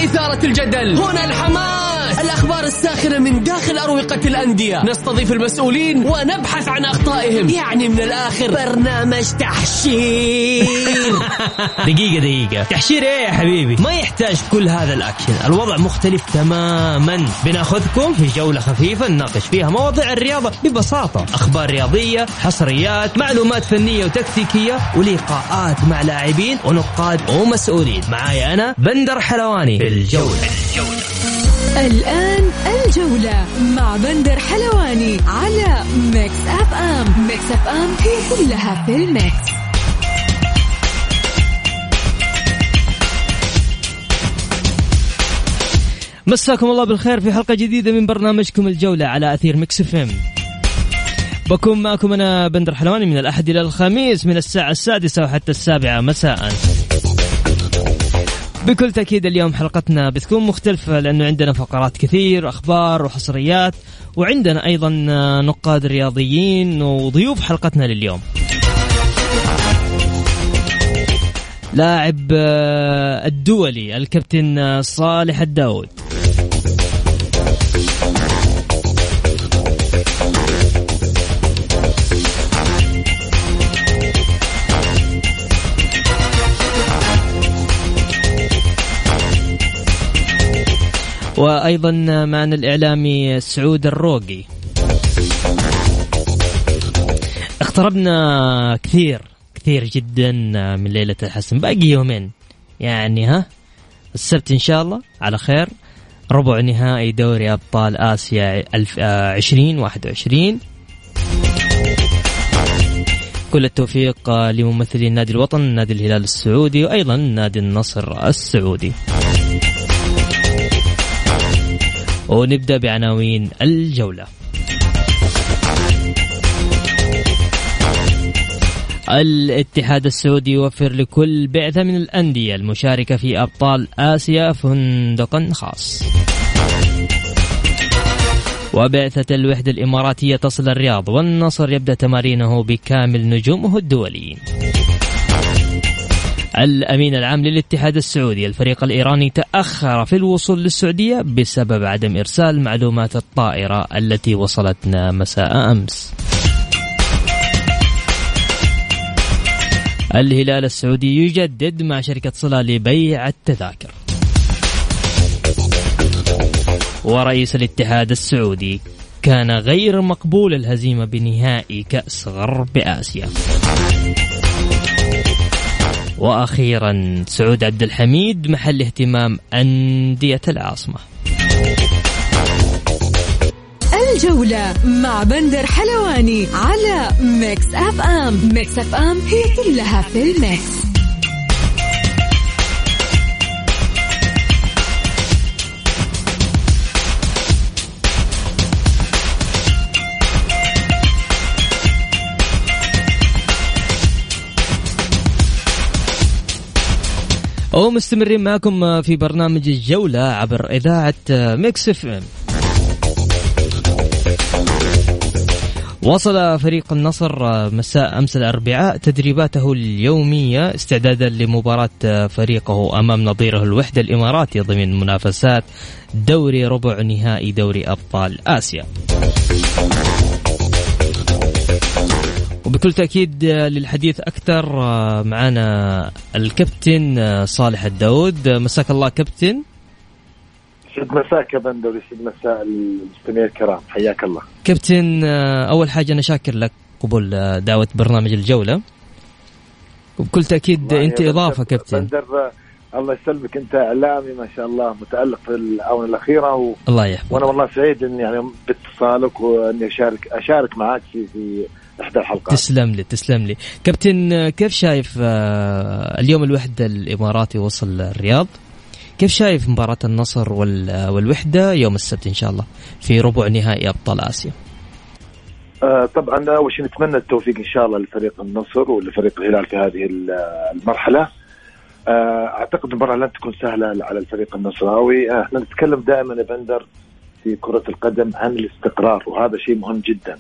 وإثارة الجدل. هنا الحماس، الأخبار الساخنة من داخل أروقة الأندية، نستضيف المسؤولين ونبحث عن أخطائهم. يعني من الآخر برنامج تحشير. دقيقة تحشير ايه يا حبيبي؟ ما يحتاج كل هذا الأكشن. الوضع مختلف تماما. بناخذكم في جولة خفيفة نناقش فيها مواضيع الرياضة ببساطة، أخبار رياضية، حصريات، معلومات فنية وتكتيكية، ولقاءات مع لاعبين ونقاد ومسؤولين. معايا أنا بندر حلواني في الجولة. الآن الجولة مع بندر حلواني على ميكس أف أم. ميكس أف أم هي كلها في الميكس. مساكم الله بالخير في حلقة جديدة من برنامجكم الجولة على أثير ميكس اف ام. بكون معكم أنا بندر حلواني من الأحد إلى الخميس من الساعة 6 وحتى 7 مساء. بكل تأكيد اليوم حلقتنا بتكون مختلفة لأنه عندنا فقرات كثير، أخبار وحصريات، وعندنا أيضا نقاد رياضيين وضيوف حلقتنا لليوم. لاعب الدولي الكابتن صالح الداود، وأيضا معنا الإعلامي سعود الروقي. اقتربنا كثير جدا من ليلة الحسم، باقي يومين يعني السبت إن شاء الله على خير، ربع نهائي دوري أبطال آسيا 2021. كل التوفيق لممثلين نادي الوطن، نادي الهلال السعودي، وأيضا نادي النصر السعودي. ونبدأ بعناوين الجولة. الاتحاد السعودي يوفر لكل بعثة من الأندية المشاركة في أبطال آسيا فندقا خاص. وبعثة الوحدة الإماراتية تصل الرياض، والنصر يبدأ تمارينه بكامل نجومه الدوليين. الأمين العام للاتحاد السعودي، الفريق الإيراني تأخر في الوصول للسعودية بسبب عدم إرسال معلومات الطائرة التي وصلتنا مساء أمس. الهلال السعودي يجدد مع شركة صلة لبيع التذاكر. ورئيس الاتحاد السعودي، كان غير مقبول الهزيمة بنهائي كأس غرب آسيا. وأخيرا سعود عبد الحميد محل اهتمام أندية العاصمة. الجولة مع بندر حلواني على ميكس أف أم. ميكس أف أم هي كلها في الميكس. ومستمرين معكم في برنامج الجولة عبر إذاعة ميكس اف ام. وصل فريق النصر مساء أمس الأربعاء تدريباته اليومية استعدادا لمباراة فريقه أمام نظيره الوحدة الإماراتي ضمن منافسات دوري ربع نهائي دوري أبطال آسيا. وبكل تأكيد للحديث أكثر معنا الكابتن صالح الداود. مساك الله كابتن. سعد مساك يا بندر، سعد مساء المستمعين الكرام، حياك الله كابتن. أول حاجة أنا شاكر لك قبول دعوة برنامج الجولة، وبكل تأكيد أنت إضافة كابتن. بندر الله يسلمك، أنت إعلامي ما شاء الله متألق في الآونة الأخيرة الله يحفظك. وأنا والله سعيد إني يعني باتصالك وإني أشارك معك في إحدى الحلقات. تسلم لي كابتن. كيف شايف اليوم الوحدة الإماراتي وصل الرياض؟ كيف شايف مباراة النصر والوحدة يوم السبت إن شاء الله في ربع نهائي أبطال آسيا؟ طبعا أول شيء نتمنى التوفيق إن شاء الله لفريق النصر ولفريق الهلال في هذه المرحلة. أعتقد المباراة لن تكون سهلة على الفريق النصراوي. احنا نتكلم دائما يا بندر في كرة القدم عن الاستقرار، وهذا شيء مهم جدا.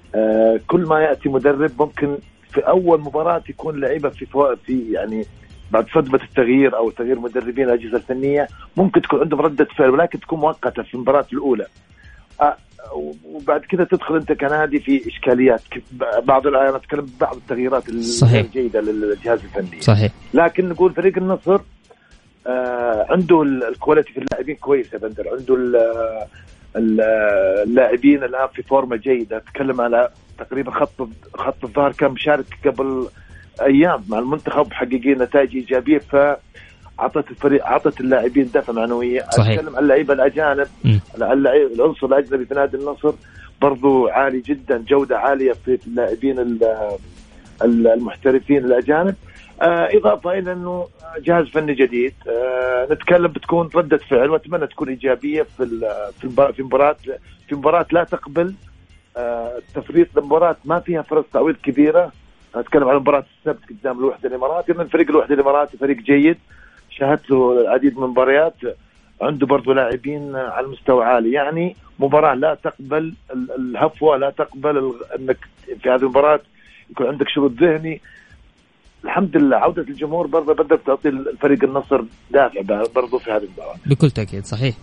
كل ما يأتي مدرب ممكن في أول مباراة يكون لعيبة في يعني بعد صدمة التغيير أو تغيير مدربين الأجهزة الفنية ممكن تكون عندهم ردة فعل، ولكن تكون مؤقتة في المباراة الأولى. وبعد كده تدخل أنت كنادي في إشكاليات. بعض الأحيان أتكلم بعض التغييرات الجيدة للجهاز الفني. صحيح. لكن نقول فريق النصر عنده الكواليتي في اللاعبين كويس يا بندر، عنده اللاعبين الآن في فورمة جيدة. أتكلم على تقريبا خط الظهر كان مشارك قبل أيام مع المنتخب، محققين نتائج إيجابية، فعطت الفريق عطت اللاعبين دفعة معنوية. أتكلم عن اللعيبة الأجانب، العنصر الأجنبي في نادي النصر برضو عالي جدا، جودة عالية في اللاعبين المحترفين الأجانب. إضافة إلى أنه جهاز فني جديد. نتكلم بتكون ردة فعل وأتمنى تكون إيجابية في مباراة لا تقبل التفريط، لمباراة ما فيها فرص تعويض كبيرة. أتكلم عن مباراة السبت قدام الوحدة الإماراتي. من فريق الوحدة الإماراتي فريق جيد، شاهدت له العديد من المباريات، عنده برضو لاعبين على مستوى عالي. يعني مباراة لا تقبل الهفوة، لا تقبل أنك في هذه المباراة يكون عندك شروط ذهني. الحمد لله عودة الجمهور برضه بدأت تعطي الفريق النصر دافع برضه في هذه المباراة بكل تأكيد. صحيح.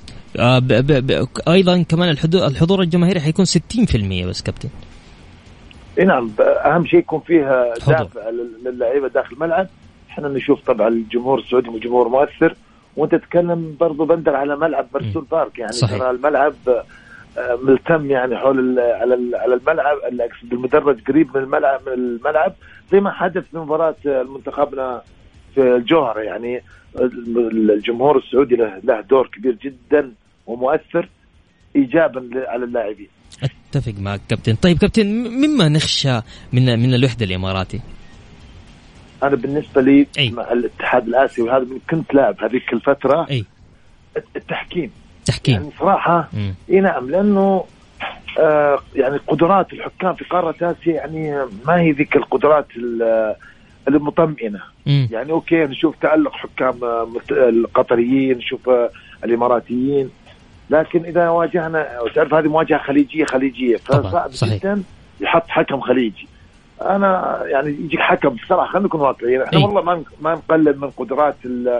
أيضا كمان الحضور الجماهيري حيكون 60% بس كابتن. نعم، أهم شيء يكون فيها دافع للعيبة داخل الملعب. احنا نشوف طبعا الجمهور السعودي جمهور مؤثر، وانت تتكلم برضو بندر على ملعب مرسول بارك، يعني ترى الملعب ملتم يعني حول على الملعب، اقصد المدرج قريب من الملعب زي ما حدث في مباراة المنتخبنا في الجوهرة. يعني الجمهور السعودي له دور كبير جدا ومؤثر ايجابا على اللاعبين. اتفق معك كابتن. طيب كابتن، مما نخشى من الوحدة الاماراتي؟ انا بالنسبه لي مع الاتحاد الاسيوي وهذا كنت لاعب هذيك الفتره. التحكيم يعني صراحه نعم، لانه يعني قدرات الحكام في قاره اسيا يعني ما هي ذيك القدرات المطمئنه. يعني اوكي نشوف تألق حكام القطريين، نشوف الاماراتيين، لكن اذا واجهنا وتعرف هذه مواجهه خليجيه فصعب جدا يحط حكم خليجي. انا يعني يجيك حكم بصراحه، خلينا نكون واقعيين، احنا والله ما نقلل من قدرات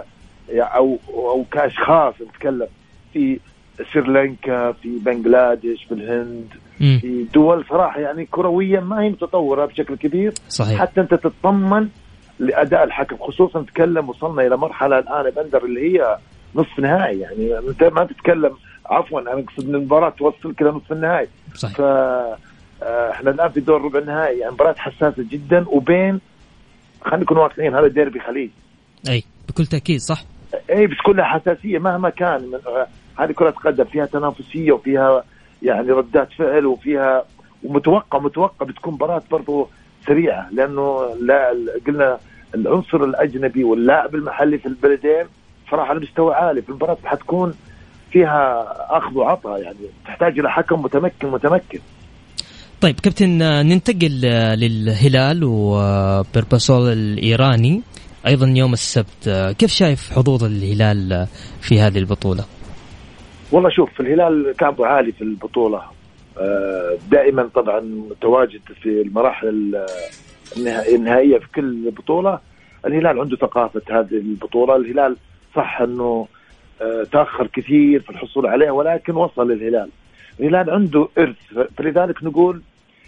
او كاشخاص. نتكلم في سريلانكا، في بنغلاديش، في الهند، في دول صراحه يعني كرويا ما هي متطوره بشكل كبير. صحيح. حتى انت تطمن لاداء الحكم، خصوصا نتكلم وصلنا الى مرحله الان بندر اللي هي نصف نهائي. يعني انت ما تتكلم، عفوا انا اقصد ان المباراه توصل كذا نصف النهائي. صحيح. احنا الان في دور ربع النهائي، يعني مباراه حساسه جدا، وبين خلينا نكون واقعيين هذا ديربي خليج. بكل تاكيد. صح. بس كلها حساسيه مهما كان. هذه كره قدم فيها تنافسيه وفيها يعني ردات فعل وفيها ومتوقع بتكون مباراه برضو سريعه، لانه لا قلنا العنصر الاجنبي واللاعب المحلي في البلدين صراحه على مستوى عالي. في المباراه حتكون فيها اخذ وعطاء، يعني تحتاج الى حكم متمكن. طيب كابتن، ننتقل للهلال وبيرباسول الإيراني أيضا يوم السبت. كيف شايف حظوظ الهلال في هذه البطولة؟ والله شوف، الهلال كعبه عالي في البطولة دائما، طبعا متواجد في المراحل النهائية في كل بطولة. الهلال عنده ثقافة هذه البطولة. الهلال صح أنه تأخر كثير في الحصول عليه، ولكن وصل الهلال عنده إرث. فلذلك نقول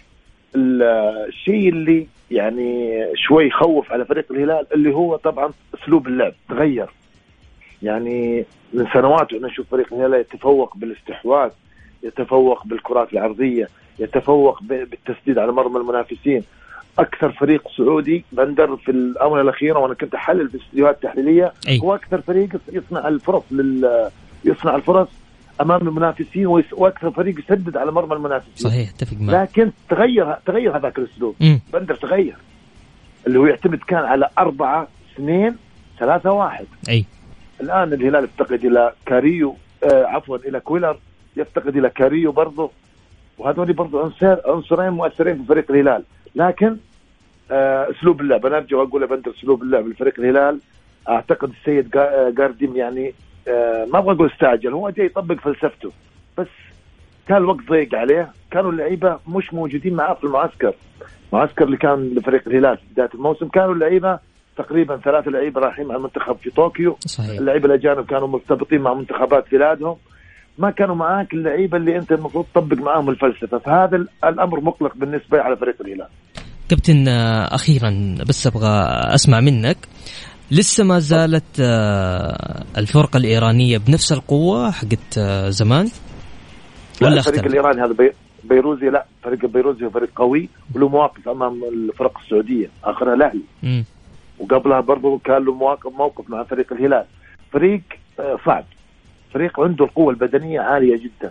الشيء اللي يعني شوي يخوف على فريق الهلال اللي هو طبعا أسلوب اللعب تغير. يعني من سنوات نشوف فريق الهلال يتفوق بالاستحواذ، يتفوق بالكرات العرضية، يتفوق بالتسديد على مرمى المنافسين. أكثر فريق سعودي بندر في الآونة الأخيرة، وأنا كنت أحلل في استديوهات تحليلية، هو أكثر فريق يصنع الفرص أمام المنافسين، وأكثر فريق يسدد على مرمى المنافسين. صحيح، اتفق معك. لكن تغير هذاك الأسلوب. بندر تغير، اللي هو يعتمد كان على 4-2-3-1. الآن الهلال يفتقد إلى كاريو، إلى كويلر، يفتقد إلى كاريو برضه، وهذول برضه عنصرين مؤثرين في فريق الهلال. لكن أسلوب اللعب، أنا أرجع وأقول بندر أسلوب اللعب لفريق الهلال. أعتقد السيد جارديم يعني ما أبغى أقول استعجل، هو جاي يطبق فلسفته، بس كان الوقت ضيق عليه. كانوا اللعيبة مش موجودين معاه في المعسكر اللي كان لفريق الهلال في بداية الموسم. كانوا اللعيبة تقريبا 3 لعيبة رايحين مع المنتخب في طوكيو. صحيح. اللعيبة الأجانب كانوا مرتبطين مع منتخبات بلادهم، ما كانوا معاك اللعيبة اللي أنت المفروض تطبق معاهم الفلسفة، فهذا الأمر مقلق بالنسبة على فريق الهلال. كابتن أخيرا بس أبغى أسمع منك، لسه ما زالت الفرقة الإيرانية بنفس القوة حقت زمان ولا الفريق الإيراني هذا بيروزي؟ لا، فريق بيروزي فريق قوي وله مواقف أمام الفرق السعودية، آخرها الأهلي، وقبلها برضو كان له موقف مع فريق الهلال. فريق صعب، فريق عنده القوة البدنية عالية جدا،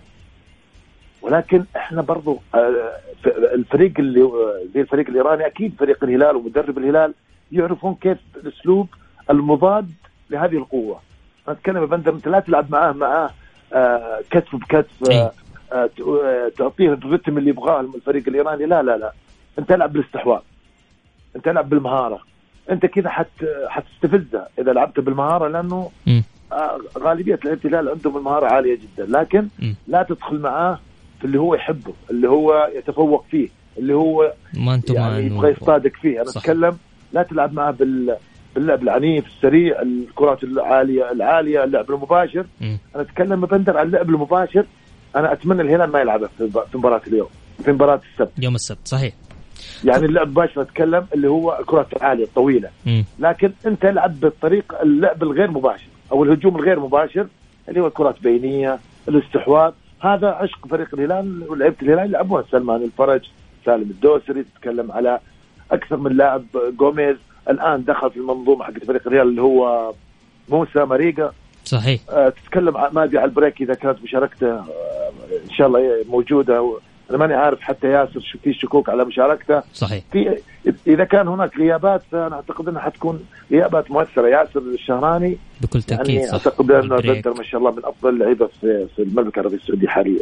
ولكن احنا برضو الفريق اللي زي الفريق الإيراني أكيد فريق الهلال ومدرب الهلال يعرفون كيف الأسلوب المضاد لهذه القوة. نتكلم بندر، انت لا تلعب معاه كتف بكتف، تعطيه الرتم اللي يبغاه الفريق الإيراني، لا انت العب بالاستحواذ، انت العب بالمهارة، انت كذا حتستفزه اذا لعبت بالمهارة، لانه غالبية لعيبة الهلال عندهم المهارة عالية جدا، لكن لا تدخل معاه في اللي هو يحبه، اللي هو يتفوق فيه، اللي هو يعني يبغى يصطادك فيه. انا اتكلم لا تلعب معاه باللعب العنيف السريع، الكرات العالية، اللعب المباشر. انا اتكلم بندر عن اللعب المباشر. انا اتمنى الهلال ما يلعبه في مباراة اليوم، في مباراة السبت، يوم السبت. صحيح، يعني اللعب المباشر اتكلم اللي هو الكرات العالية الطويلة، لكن انت العب بالطريقة اللعب الغير مباشر او الهجوم الغير مباشر اللي هو الكرات بينية، الاستحواذ. هذا عشق فريق الهلال ولعيبة الهلال يلعبوها. سلمان الفرج، سالم الدوسري، تتكلم على اكثر من لاعب، جوميز الان دخل في المنظومة حق فريق الهلال اللي هو موسى ماريجا. صحيح. تتكلم ما ادري على البريك اذا كانت مشاركته ان شاء الله موجودة، انا ماني عارف، حتى ياسر في شكوك على مشاركته. صحيح. اذا كان هناك غيابات انا اعتقد انها حتكون غيابات مؤثرة. ياسر الشهراني بكل تأكيد يعني صح. اعتقد انه بدر ما شاء الله من افضل اللعيبة في المملكة العربية السعودية حاليا.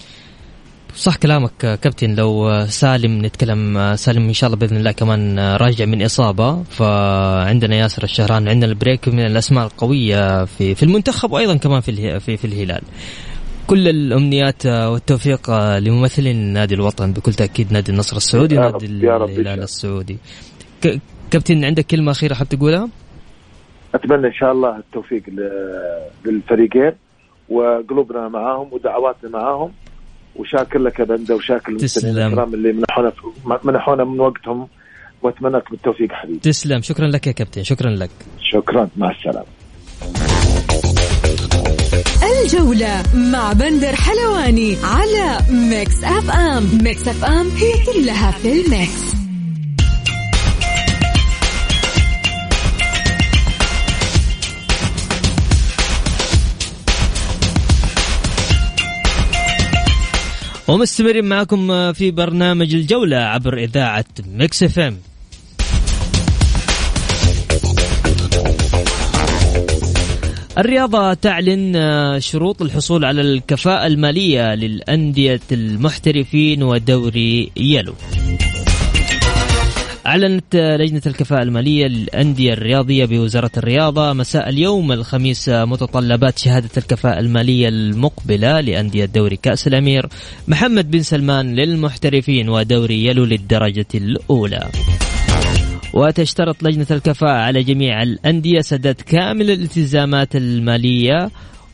صح كلامك كابتن. لو سالم نتكلم، سالم إن شاء الله بإذن الله كمان راجع من إصابة، فعندنا ياسر الشهران، عندنا البريك من الأسماء القوية في المنتخب وأيضا كمان في الهلال. كل الأمنيات والتوفيق لممثلين نادي الوطن بكل تأكيد، نادي النصر السعودي ونادي الهلال السعودي. كابتن عندك كلمة أخيرة حاب تقولها؟ أتمنى إن شاء الله التوفيق للفريقين، وقلوبنا معاهم ودعواتنا معاهم، وشاكر لك يا بندر وشاكر الكرام اللي منحونا من وقتهم، واتمنى لك بالتوفيق حبيبي. تسلم، شكرا لك يا كابتن. شكرا لك. شكرا، مع السلامة. الجولة مع بندر حلواني على ميكس اف ام. ميكس اف ام هي كلها في الميكس. ومستمرين معكم في برنامج الجولة عبر إذاعة ميكس اف ام. الرياضة تعلن شروط الحصول على الكفاءة المالية للأندية المحترفين ودوري يلو. أعلنت لجنة الكفاءة المالية للأندية الرياضية بوزارة الرياضة مساء اليوم الخميس متطلبات شهادة الكفاءة المالية المقبلة لأندية دوري كأس الأمير محمد بن سلمان للمحترفين ودوري يلو للدرجة الأولى. وتشترط لجنة الكفاءة على جميع الأندية سداد كامل الالتزامات المالية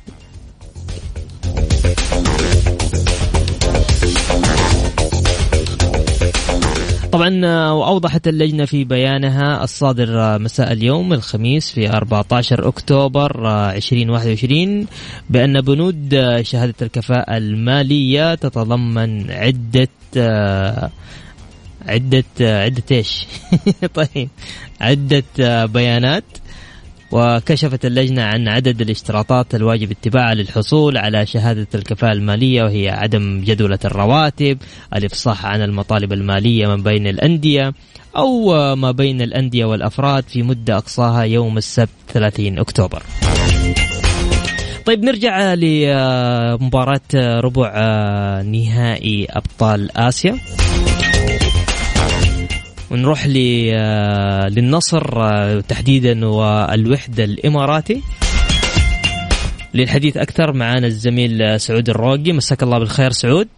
طبعا. وأوضحت اللجنة في بيانها الصادر مساء اليوم الخميس في 14 أكتوبر 2021 بأن بنود شهادة الكفاءة المالية تتضمن عدة ايش طيب عدة بيانات. وكشفت اللجنة عن عدد الاشتراطات الواجب اتباعها للحصول على شهادة الكفاءة المالية، وهي عدم جدولة الرواتب، الإفصاح عن المطالب المالية من بين الأندية أو ما بين الأندية والأفراد في مدة أقصاها يوم السبت 30 أكتوبر. طيب نرجع لمباراة ربع نهائي أبطال آسيا ونروح للنصر تحديدا والوحدة الإماراتي. للحديث أكثر معنا الزميل سعود الروقي. مساك الله بالخير سعود.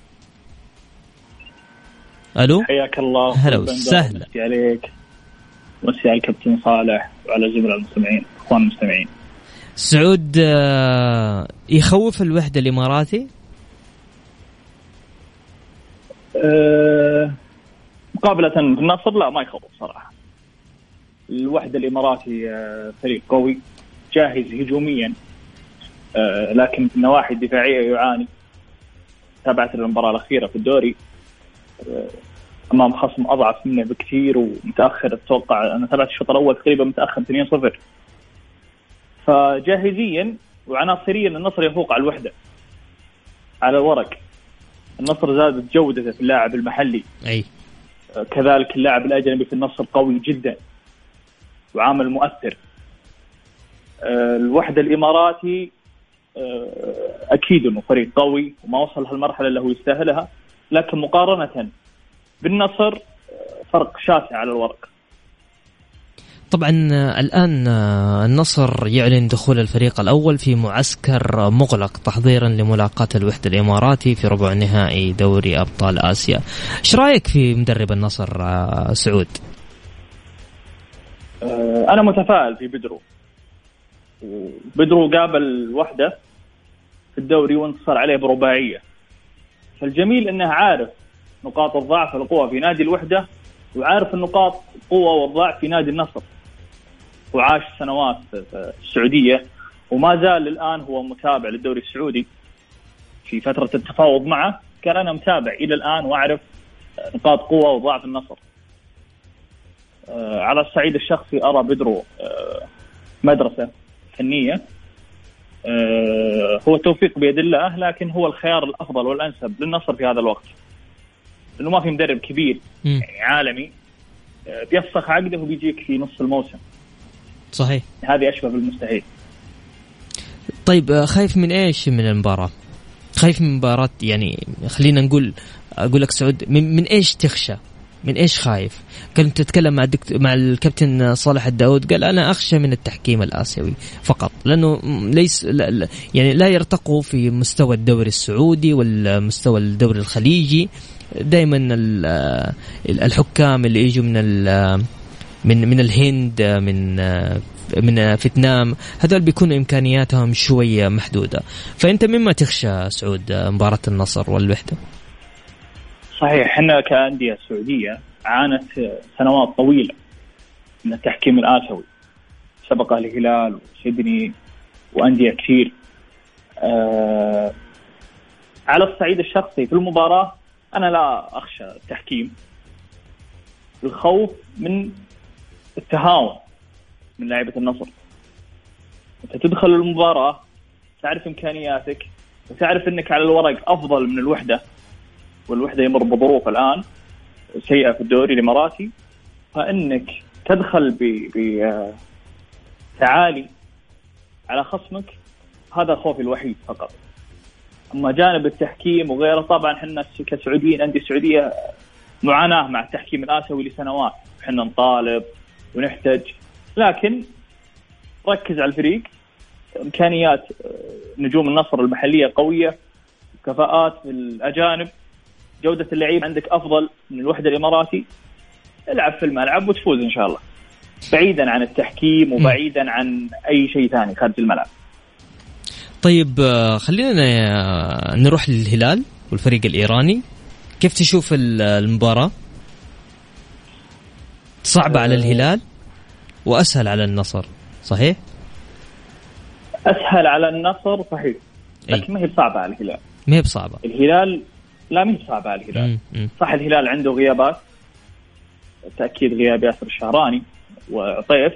ألو، حياك الله. هلا وسهلا. عليك. ومسي على الكابتن صالح وعلى الزملاء المستمعين اخوان المستمعين. سعود، يخوف الوحدة الإماراتي؟ مقابلة بالنصر لا ما يخوف صراحة. الوحدة الإماراتي فريق قوي جاهز هجوميا، لكن في النواحي الدفاعية يعاني. تابعت المباراة الأخيرة في الدوري أمام خصم أضعف منه بكثير ومتأخر. أتوقع أنا تابعت الشوط الأول تقريبا متأخر 2-0. فجاهزيا وعناصريا النصر يفوق على الوحدة على الورق. النصر زادت جودته في اللاعب المحلي، أي كذلك اللاعب الأجنبي في النصر قوي جدا وعامل مؤثر. الوحدة الإماراتي أكيد أنه فريق قوي وما وصل هالمرحلة اللي هو يستاهلها، لكن مقارنة بالنصر فرق شاسع على الورق. طبعا الآن النصر يعلن دخول الفريق الأول في معسكر مغلق تحضيرا لملاقاة الوحدة الإماراتي في ربع نهائي دوري أبطال آسيا. إيش رأيك في مدرب النصر سعود؟ أنا متفائل في بدرو قابل الوحدة في الدوري وانتصر عليه برباعية. فالجميل أنه عارف نقاط الضعف والقوة في نادي الوحدة وعارف النقاط القوة والضعف في نادي النصر، وعاش سنوات في السعودية وما زال الآن هو متابع للدوري السعودي. في فترة التفاوض معه كان أنا متابع إلى الآن وأعرف نقاط قوة وضعف النصر. على الصعيد الشخصي أرى بدرو مدرسة فنية، هو التوفيق بيد الله، لكن هو الخيار الأفضل والأنسب للنصر في هذا الوقت، لأنه ما في مدرب كبير يعني عالمي بيفسخ عقده وبيجيك في نص الموسم. صحيح، هذه أشبه بالمستحيل. طيب خايف من إيش من المباراة؟ خايف من مباراة يعني خلينا أقول لك سعود، من إيش تخشى؟ من إيش خايف؟ كنت تتكلم مع الكابتن صالح الداود، قال أنا أخشى من التحكيم الآسيوي فقط، لأنه يعني لا يرتقوا في مستوى الدوري السعودي والمستوى الدوري الخليجي. دائما الحكام اللي يجوا من الهند من فيتنام هذول بيكونوا إمكانياتهم شوية محدودة. فأنت مما تخشى سعود مباراة النصر والوحدة؟ صحيح، احنا كأندية سعودية عانت سنوات طويلة من التحكيم الآسيوي، سبق الهلال وسيدني وأندية كثير. على الصعيد الشخصي في المباراة أنا لا أخشى التحكيم، الخوف من التهاون من لاعيبة النصر. أنت تدخل المباراة تعرف إمكانياتك وتعرف أنك على الورق أفضل من الوحدة، والوحدة يمر بظروف الآن سيئة في الدوري الإماراتي، فإنك تدخل بتعالي على خصمك هذا خوفي الوحيد فقط. أما جانب التحكيم وغيره طبعا حنا كسعوديين أندية السعودية معاناة مع التحكيم الآسيوي لسنوات، حنا نطالب ونحتاج، لكن ركز على الفريق. إمكانيات نجوم النصر المحلية قوية، كفاءات الأجانب، جودة اللعيب عندك أفضل من الوحدة الإماراتي. العب في الملعب وتفوز إن شاء الله، بعيدا عن التحكيم وبعيدا عن أي شيء ثاني خارج الملعب. طيب خلينا نروح للهلال والفريق الإيراني. كيف تشوف المباراة؟ صعبة على الهلال وأسهل على النصر، صحيح؟ أسهل على النصر صحيح، لكن ما هي صعبة على الهلال. ما هي بصعبة الهلال، لا ما هي صعبة على الهلال. صح الهلال عنده غيابات، تأكيد غياب ياسر الشهراني وطيف،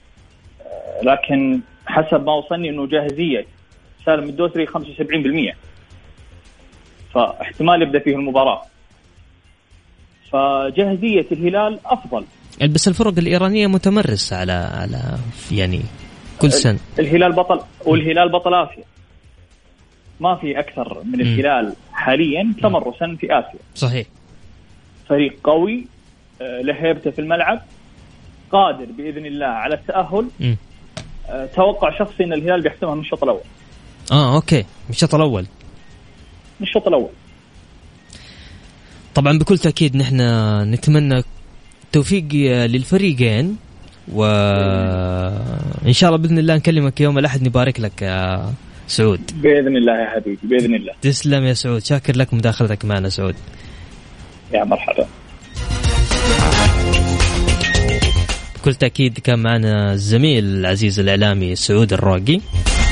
لكن حسب ما وصلني أنه جاهزية سالم الدوسري 75%، فاحتمال يبدأ فيه المباراة. فجاهزية الهلال أفضل، بس الفرق الإيرانية متمرسة على يعني كل سنة. الهلال بطل، والهلال بطل آسيا، ما في أكثر من الهلال حاليا تمرسا في آسيا. صحيح، فريق قوي له هيبته في الملعب، قادر بإذن الله على التأهل. توقع شخصي أن الهلال بيحسمها من الشوط الأول. أوكي، من الشوط الأول. من الشوط الأول طبعا بكل تأكيد نحن نتمنى التوفيق للفريقين وإن شاء الله بإذن الله نكلمك يوم الأحد نبارك لك يا سعود. بإذن الله يا حبيبي بإذن الله. تسلم يا سعود، شاكر لك مداخلتك معنا سعود. يا مرحبا. بكل تأكيد كان معنا الزميل العزيز الإعلامي سعود الراقي.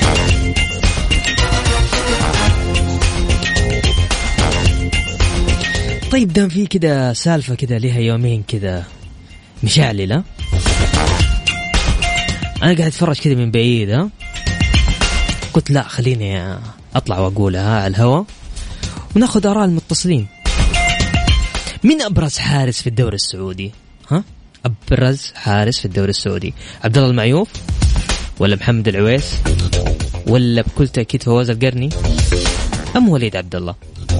طيب دام في كده سالفة كده لها يومين كده مشعللة، أنا قاعد أتفرج كده من بعيد، قلت لا خليني أطلع وأقولها على الهواء وناخذ آراء المتصلين. مين أبرز حارس في الدوري السعودي؟ أبرز حارس في الدوري السعودي، عبد الله المعيوف ولا محمد العويس ولا بكل تأكيد فواز القرني أم وليد عبد الله؟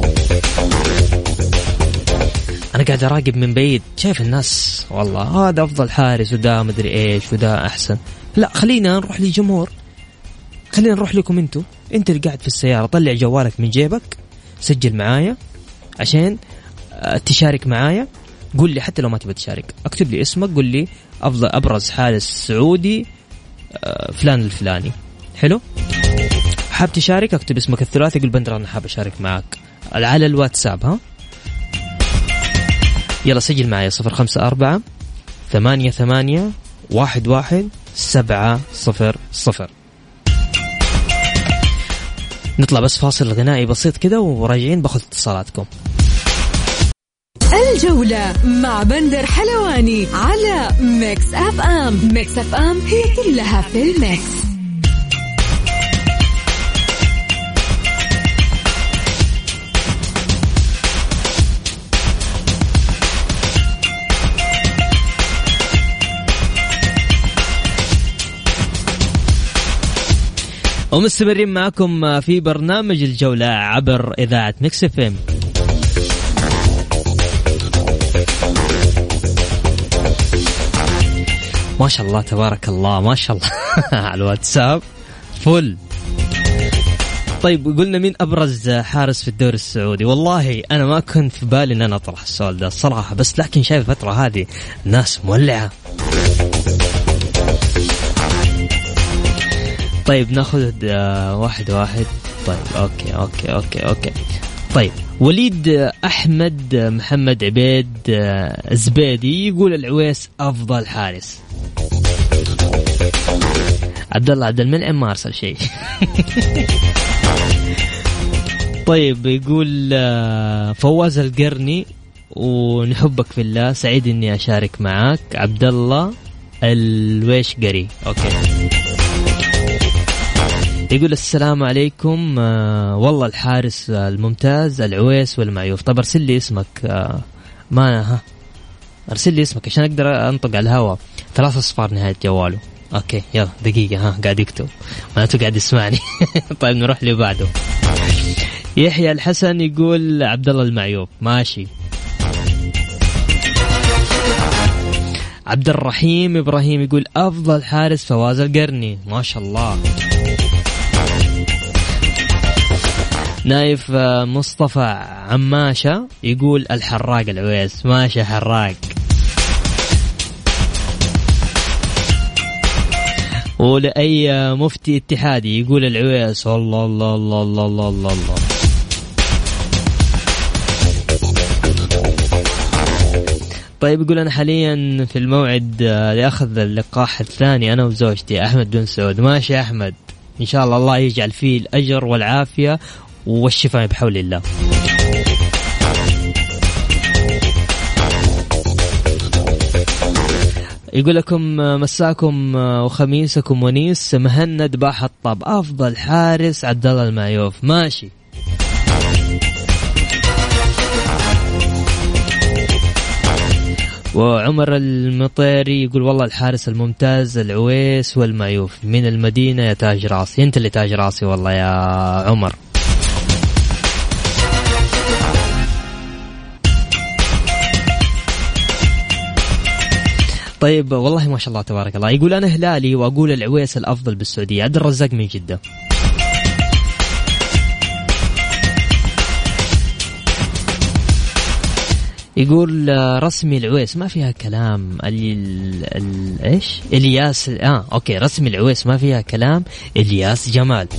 أنا قاعد أراقب من بعيد، شايف الناس والله هذا أفضل حارس وده مدري إيش وده أحسن. لا خلينا نروح للجمهور، خلينا نروح لكم انتوا. انت اللي قاعد في السيارة طلع جوالك من جيبك، سجل معايا عشان تشارك معايا. قول لي حتى لو ما تبغى تشارك، اكتب لي اسمك، قول لي افضل ابرز حارس سعودي فلان الفلاني. حلو، حاب تشارك اكتب اسمك الثلاثي، قول بندر انا حاب اشارك معك على الواتساب. يلا سجل معايا 054 88 11 700. نطلع بس فاصل غنائي بسيط كده وراجعين باخذ اتصالاتكم. الجولة مع بندر حلواني على ميكس اف ام. ميكس اف ام هي كلها في الميكس. ومستمرين معكم في برنامج الجولة عبر إذاعة ميكس اف ام. ما شاء الله تبارك الله، ما شاء الله على الواتساب فل. طيب قلنا مين أبرز حارس في الدوري السعودي؟ والله أنا ما كنت في بالي أن أنا أطرح السؤال ده الصراحة، بس لكن شايف الفترة هذه الناس مولعة. طيب ناخذ واحد. طيب أوكي. طيب وليد أحمد محمد عبيد زبيدي يقول العويس أفضل حارس. عبد الله عبد المنعم ما أرسل شيء. طيب يقول فواز القرني ونحبك في الله، سعيد إني أشارك معك. عبد الله الويش قري. أوكي. يقول السلام عليكم، والله الحارس الممتاز العويس والمعيوف. طب ارسل لي اسمك، ارسل لي اسمك عشان اقدر انطق على الهواء. 3 أصفار نهاية جواله. اوكي يلا دقيقة، قاعد يكتب معناته قاعد يسمعني. طيب نروح اللي بعده. يحيى الحسن يقول عبد الله المعيوف. ماشي. عبد الرحيم إبراهيم يقول أفضل حارس فواز القرني. ما شاء الله. نايف مصطفى عماشة يقول الحراق العويس. ماشي حراق. ولأي مفتي اتحادي يقول العويس. الله الله الله الله الله الله الله. طيب يقول أنا حاليا في الموعد لأخذ اللقاح الثاني أنا وزوجتي أحمد بن سعود. ماشي أحمد، إن شاء الله يجعل فيه الأجر والعافية والشفاء بحول الله. يقول لكم مساكم وخميسكم ونيس. مهند باح الطب أفضل حارس عبد الله المعيوف. ماشي. وعمر المطيري يقول والله الحارس الممتاز العويس والمعيوف من المدينة يا تاج راسي. انت اللي تاج راسي والله يا عمر. طيب والله ما شاء الله تبارك الله. يقول أنا هلالي وأقول العويس الأفضل بالسعودية. عبد الرزاق من جدة. يقول رسمي العويس ما فيها كلام. ايش الياس؟ اوكي رسمي العويس ما فيها كلام. الياس جمال.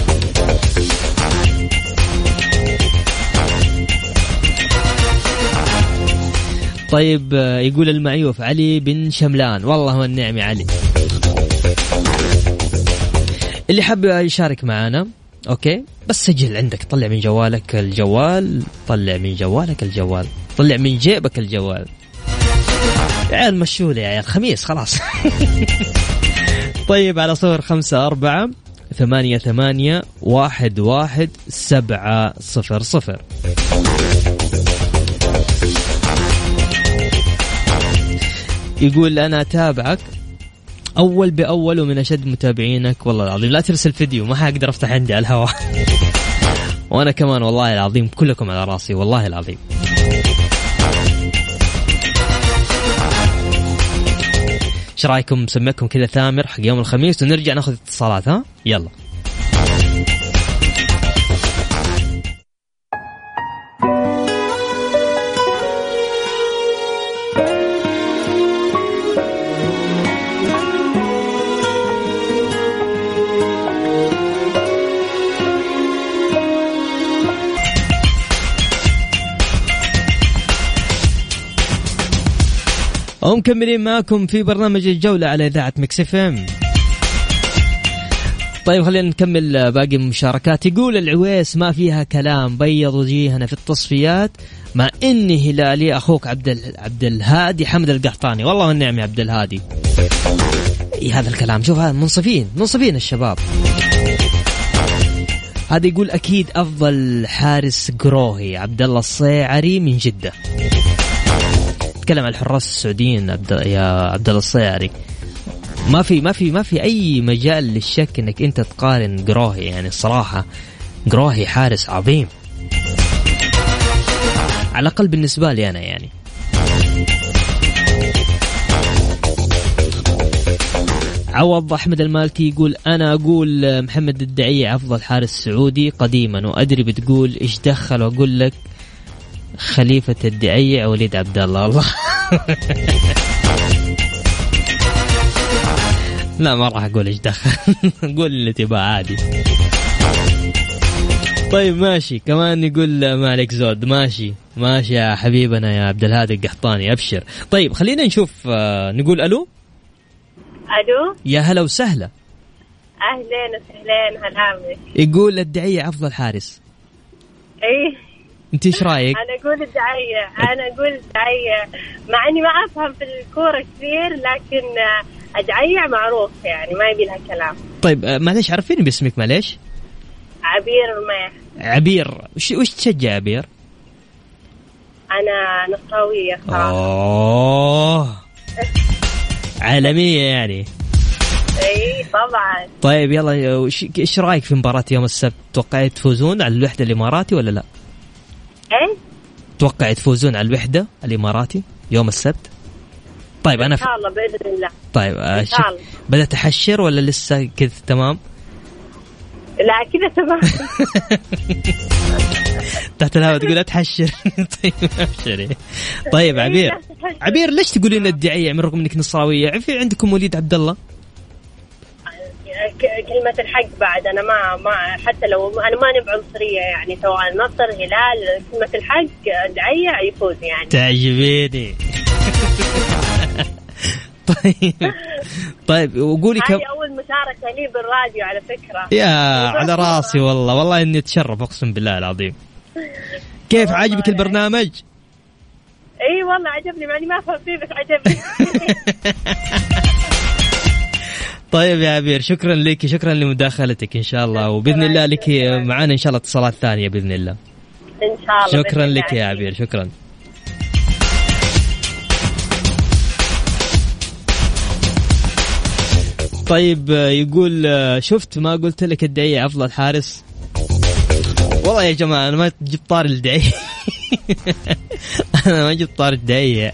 طيب يقول المعيوف علي بن شملان. والله والنعم يا علي. اللي حاب يشارك معنا اوكي بس سجل عندك، طلع من جوالك الجوال، طلع من جوالك الجوال، طلع من جيبك الجوال. يا عيال مشولي يا عيال، خميس خلاص. طيب على 0448811700. يقول أنا أتابعك أول بأول ومن أشد متابعينك والله العظيم. لا ترسل فيديو ما حقدر أفتح عندي على الهواء. وأنا كمان والله العظيم كلكم على راسي والله العظيم. ايش رايكم نسميكم كذا ثامر حق يوم الخميس ونرجع ناخذ اتصالات؟ ها يلا. ومكملين معكم في برنامج الجولة على إذاعة ميكس اف ام. طيب خلينا نكمل باقي المشاركات. يقول العويس ما فيها كلام، بيض وجيهنا في التصفيات مع إني هلالي. أخوك عبد الهادي حمد القحطاني. والله والنعم يا عبد الهادي. هذا الكلام شوف هذا منصفين الشباب. هذا يقول أكيد أفضل حارس قروهي عبد الله الصيعري من جدة. تكلم عن الحراس السعوديين يا عبد الله الصيعري. ما في أي مجال للشك إنك أنت تقارن قروهي. يعني الصراحة قروهي حارس عظيم على الأقل بالنسبة لي أنا. يعني عوض أحمد المالكي يقول أنا أقول محمد الدعية أفضل حارس سعودي قديما، وأدري بتقول إيش دخل، وأقول لك خليفة الدعية وليد عبد الله. والله لا ما راح أقول إيش دخل. قول اللي تبغى عادي. طيب ماشي. كمان يقول ما عليك زود. ماشي يا حبيبنا يا عبد الهادي القحطاني أبشر. طيب خلينا نشوف نقول ألو. يا هلا وسهلا. أهلين وسهلين. هلا. يقول الدعية أفضل حارس. إيه انت ايش رايك؟ انا اقول الدعية مع اني ما افهم في الكوره كثير، لكن الدعية معروف يعني ما يبي لها كلام. طيب معليش عرفيني باسمك معليش. عبير رميح. عبير وش تشجع عبير؟ انا نصراويه صراحه. عالميه يعني. اي طبعا. طيب يلا ايش رايك في مباراة يوم السبت؟ توقعت تفوزون على الوحدة الاماراتي ولا لا؟ ايه توقعت تفوزون على الوحدة الاماراتي يوم السبت؟ طيب انا ان شاء الله باذن الله. طيب بدأت احشر ولا لسه كذا تمام؟ لا كذا تمام. تحت الهواء تقول اتحشر. طيب ابشري. طيب عبير ليش تقولين الدعية من رغم انك نصراوية؟ في عندكم وليد عبد الله. كلمة الحق بعد أنا ما حتى لو أنا ما نبع عنصرية يعني، سواء نصر هلال كلمة الحق دعية يفوز يعني. تعجبيني. طيب وقولي هذه أول مشاركة لي بالراديو على فكرة. يا على راسي والله إني أتشرف أقسم بالله العظيم. كيف عجبك البرنامج؟ إيه والله عجبني مع إني ما أفهم فيه بس عجبني. طيب يا عبير شكرا لك، شكرا لمداخلتك إن شاء الله، وبإذن الله لك معانا إن شاء الله اتصالات ثانية بإذن الله. إن شاء الله. شكرا لك يا عبير شكرا. طيب يقول شفت ما قلت لك الدعية أفضل حارس؟ والله يا جماعة أنا ما جبت طار الدعية. أنا ما جبت طار الدعية.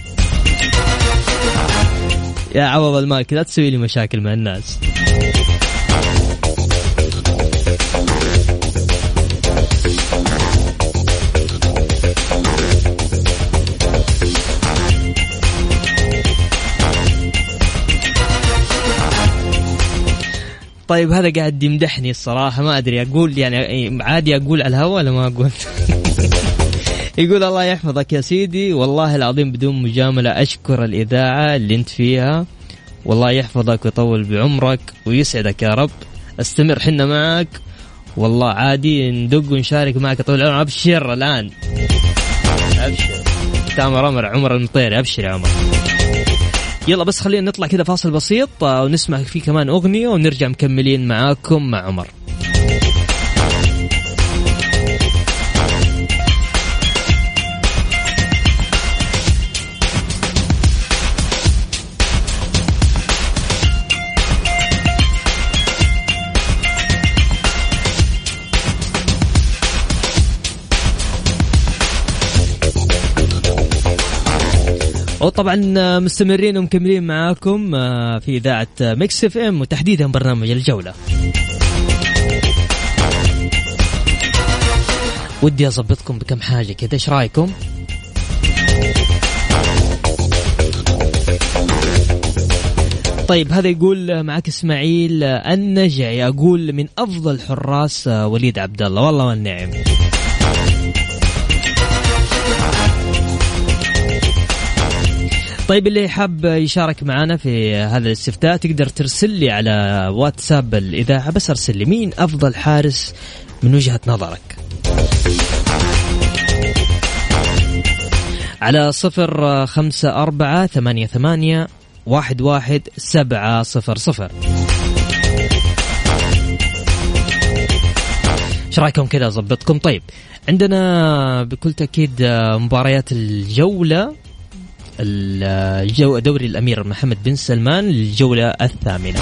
يا عوض المالك لا تسوي لي مشاكل مع الناس. طيب هذا قاعد يمدحني الصراحة، ما أدري أقول يعني عادي أقول على الهواء ولا ما أقول؟ يقول الله يحفظك يا سيدي، والله العظيم بدون مجاملة أشكر الإذاعة اللي أنت فيها، والله يحفظك ويطول بعمرك ويسعدك يا رب، استمر حنا معك، والله عادي ندق ونشارك معك طول العمر. أبشر الآن، أبشر تامر عمر المطيري، أبشر يا عمر. يلا بس خلينا نطلع كده فاصل بسيط ونسمع فيه كمان أغنية ونرجع مكملين معاكم مع عمر. وطبعا مستمرين ومكملين معاكم في إذاعة ميكس اف ام وتحديدا برنامج الجولة. ودي أضبطكم بكم حاجة كده، إيش رأيكم؟ طيب هذا يقول معك إسماعيل النجعي، أقول من أفضل حراس وليد عبد الله، والله والنعم. طيب اللي حاب يشارك معنا في هذا الاستفتاء تقدر ترسل لي على واتساب الإذاعة، بس ارسل لي مين أفضل حارس من وجهة نظرك على 0548811700. ايش رايكم كذا اضبطكم؟ طيب عندنا بكل تأكيد مباريات الجولة دوري الأمير محمد بن سلمان الجولة الثامنة.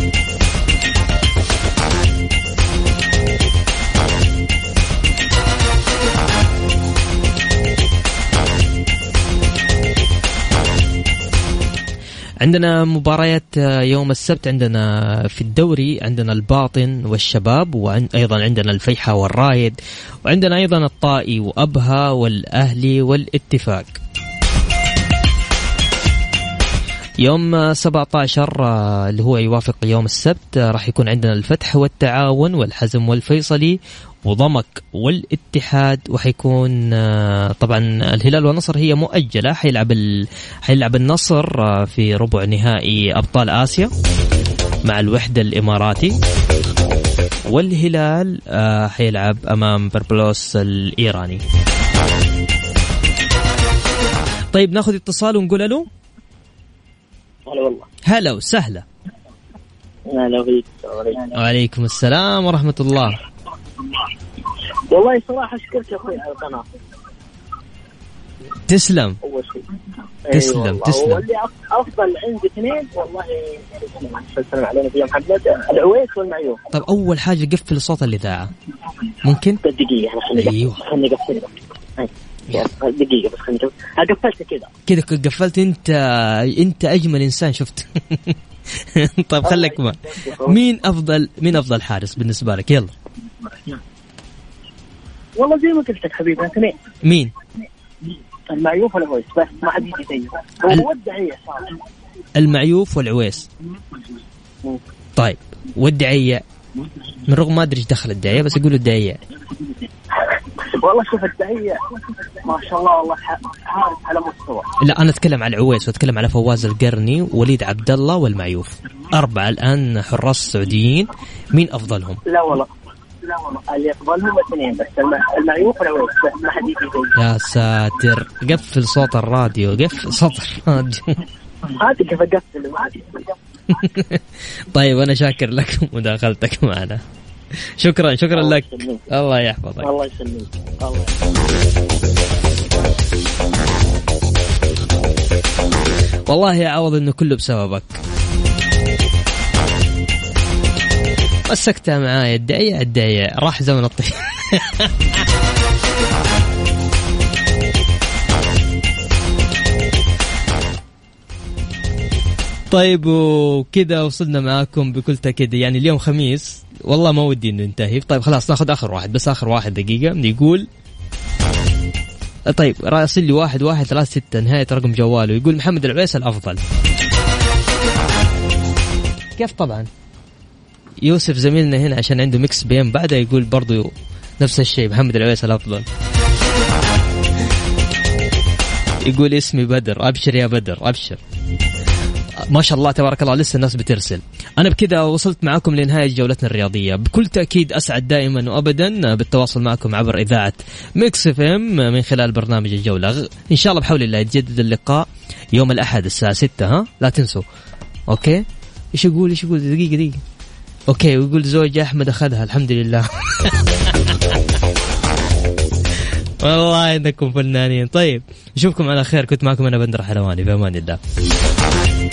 عندنا مباريات يوم السبت، عندنا في الدوري عندنا الباطن والشباب، وأيضا عندنا الفيحة والرايد، وعندنا أيضا الطائي وأبها والأهلي والاتفاق. يوم 17 اللي هو يوافق يوم السبت راح يكون عندنا الفتح والتعاون والحزم والفيصلي وضمك والاتحاد، وحيكون طبعا الهلال والنصر هي مؤجلة، حيلعب النصر في ربع نهائي أبطال آسيا مع الوحدة الإماراتي، والهلال حيلعب أمام بربلوس الإيراني. طيب ناخذ اتصال ونقول له هلا والله. هلا وسهلا. هلا فيك. وعليكم السلام ورحمة الله. والله صراحة شكرت يا أخوي على القناة. تسلم. أول شيء. تسلم أيوة تسلم. واللي أفضل عندي اثنين والله سلام علينا فيهم محمد العويس والمعيوف. طب أول حاجة قفل صوت الإذاعة ممكن؟ دقيقة أيوه. خلني أقفل. دقيقة بس خلني قفلت كذا قفلت. أنت أجمل إنسان شفت. طيب خليك ما مين أفضل حارس بالنسبة لك؟ يلا. والله زي ما قلت لك حبيبي اثنين. مين؟ المعيوف والعويس بس ما حد يجي زيه. هو الدعية صار. المعيوف والعويس. طيب والدعية من رغم ما أدري إيش دخل الدعية بس يقولوا الدعية. والله شوف الدعية ما شاء الله والله حارس على مستوى. لا أنا أتكلم على العويس وأتكلم على فواز القرني ووليد عبد الله والمعيوف، 4 الآن حراس سعوديين، مين أفضلهم؟ لا والله اللي يفضلهم اثنين بس المعيوف والعويس بس ما حد يجي زيه. يا ساتر قفل صوت الراديو. هذا كيف أقفل. طيب أنا شاكر لك مداخلتك معنا. شكرا لك. الله يحفظك. الله يسلمك. والله يا عوض إنه كله بسببك. مسكتها معايا الدعية راح زمن الطيب. طيب وكذا وصلنا معاكم بكل تأكيد، يعني اليوم خميس والله ما ودي إنه ننتهي. طيب خلاص ناخذ آخر واحد دقيقة يقول. طيب راسل لي 1136 نهاية رقم جواله، يقول محمد العويس الأفضل. كيف طبعا يوسف زميلنا هنا عشان عنده ميكس بي ام بعدها يقول برضو نفس الشيء، محمد العويس الأفضل. يقول اسمي بدر، أبشر يا بدر أبشر. ما شاء الله تبارك الله لسه الناس بترسل. أنا بكذا وصلت معكم لنهاية جولتنا الرياضية. بكل تأكيد أسعد دائما وأبدا بالتواصل معكم عبر إذاعة ميكس اف ام من خلال برنامج الجولة. إن شاء الله بحول الله يتجدد اللقاء يوم الأحد الساعة 6، ها لا تنسوا. أوكي إيش يقول دقيقة أوكي. ويقول زوجي أحمد أخذها الحمد لله. والله إنكم فنانين. طيب نشوفكم على خير. كنت معكم أنا بندر حلواني، بأمان الله.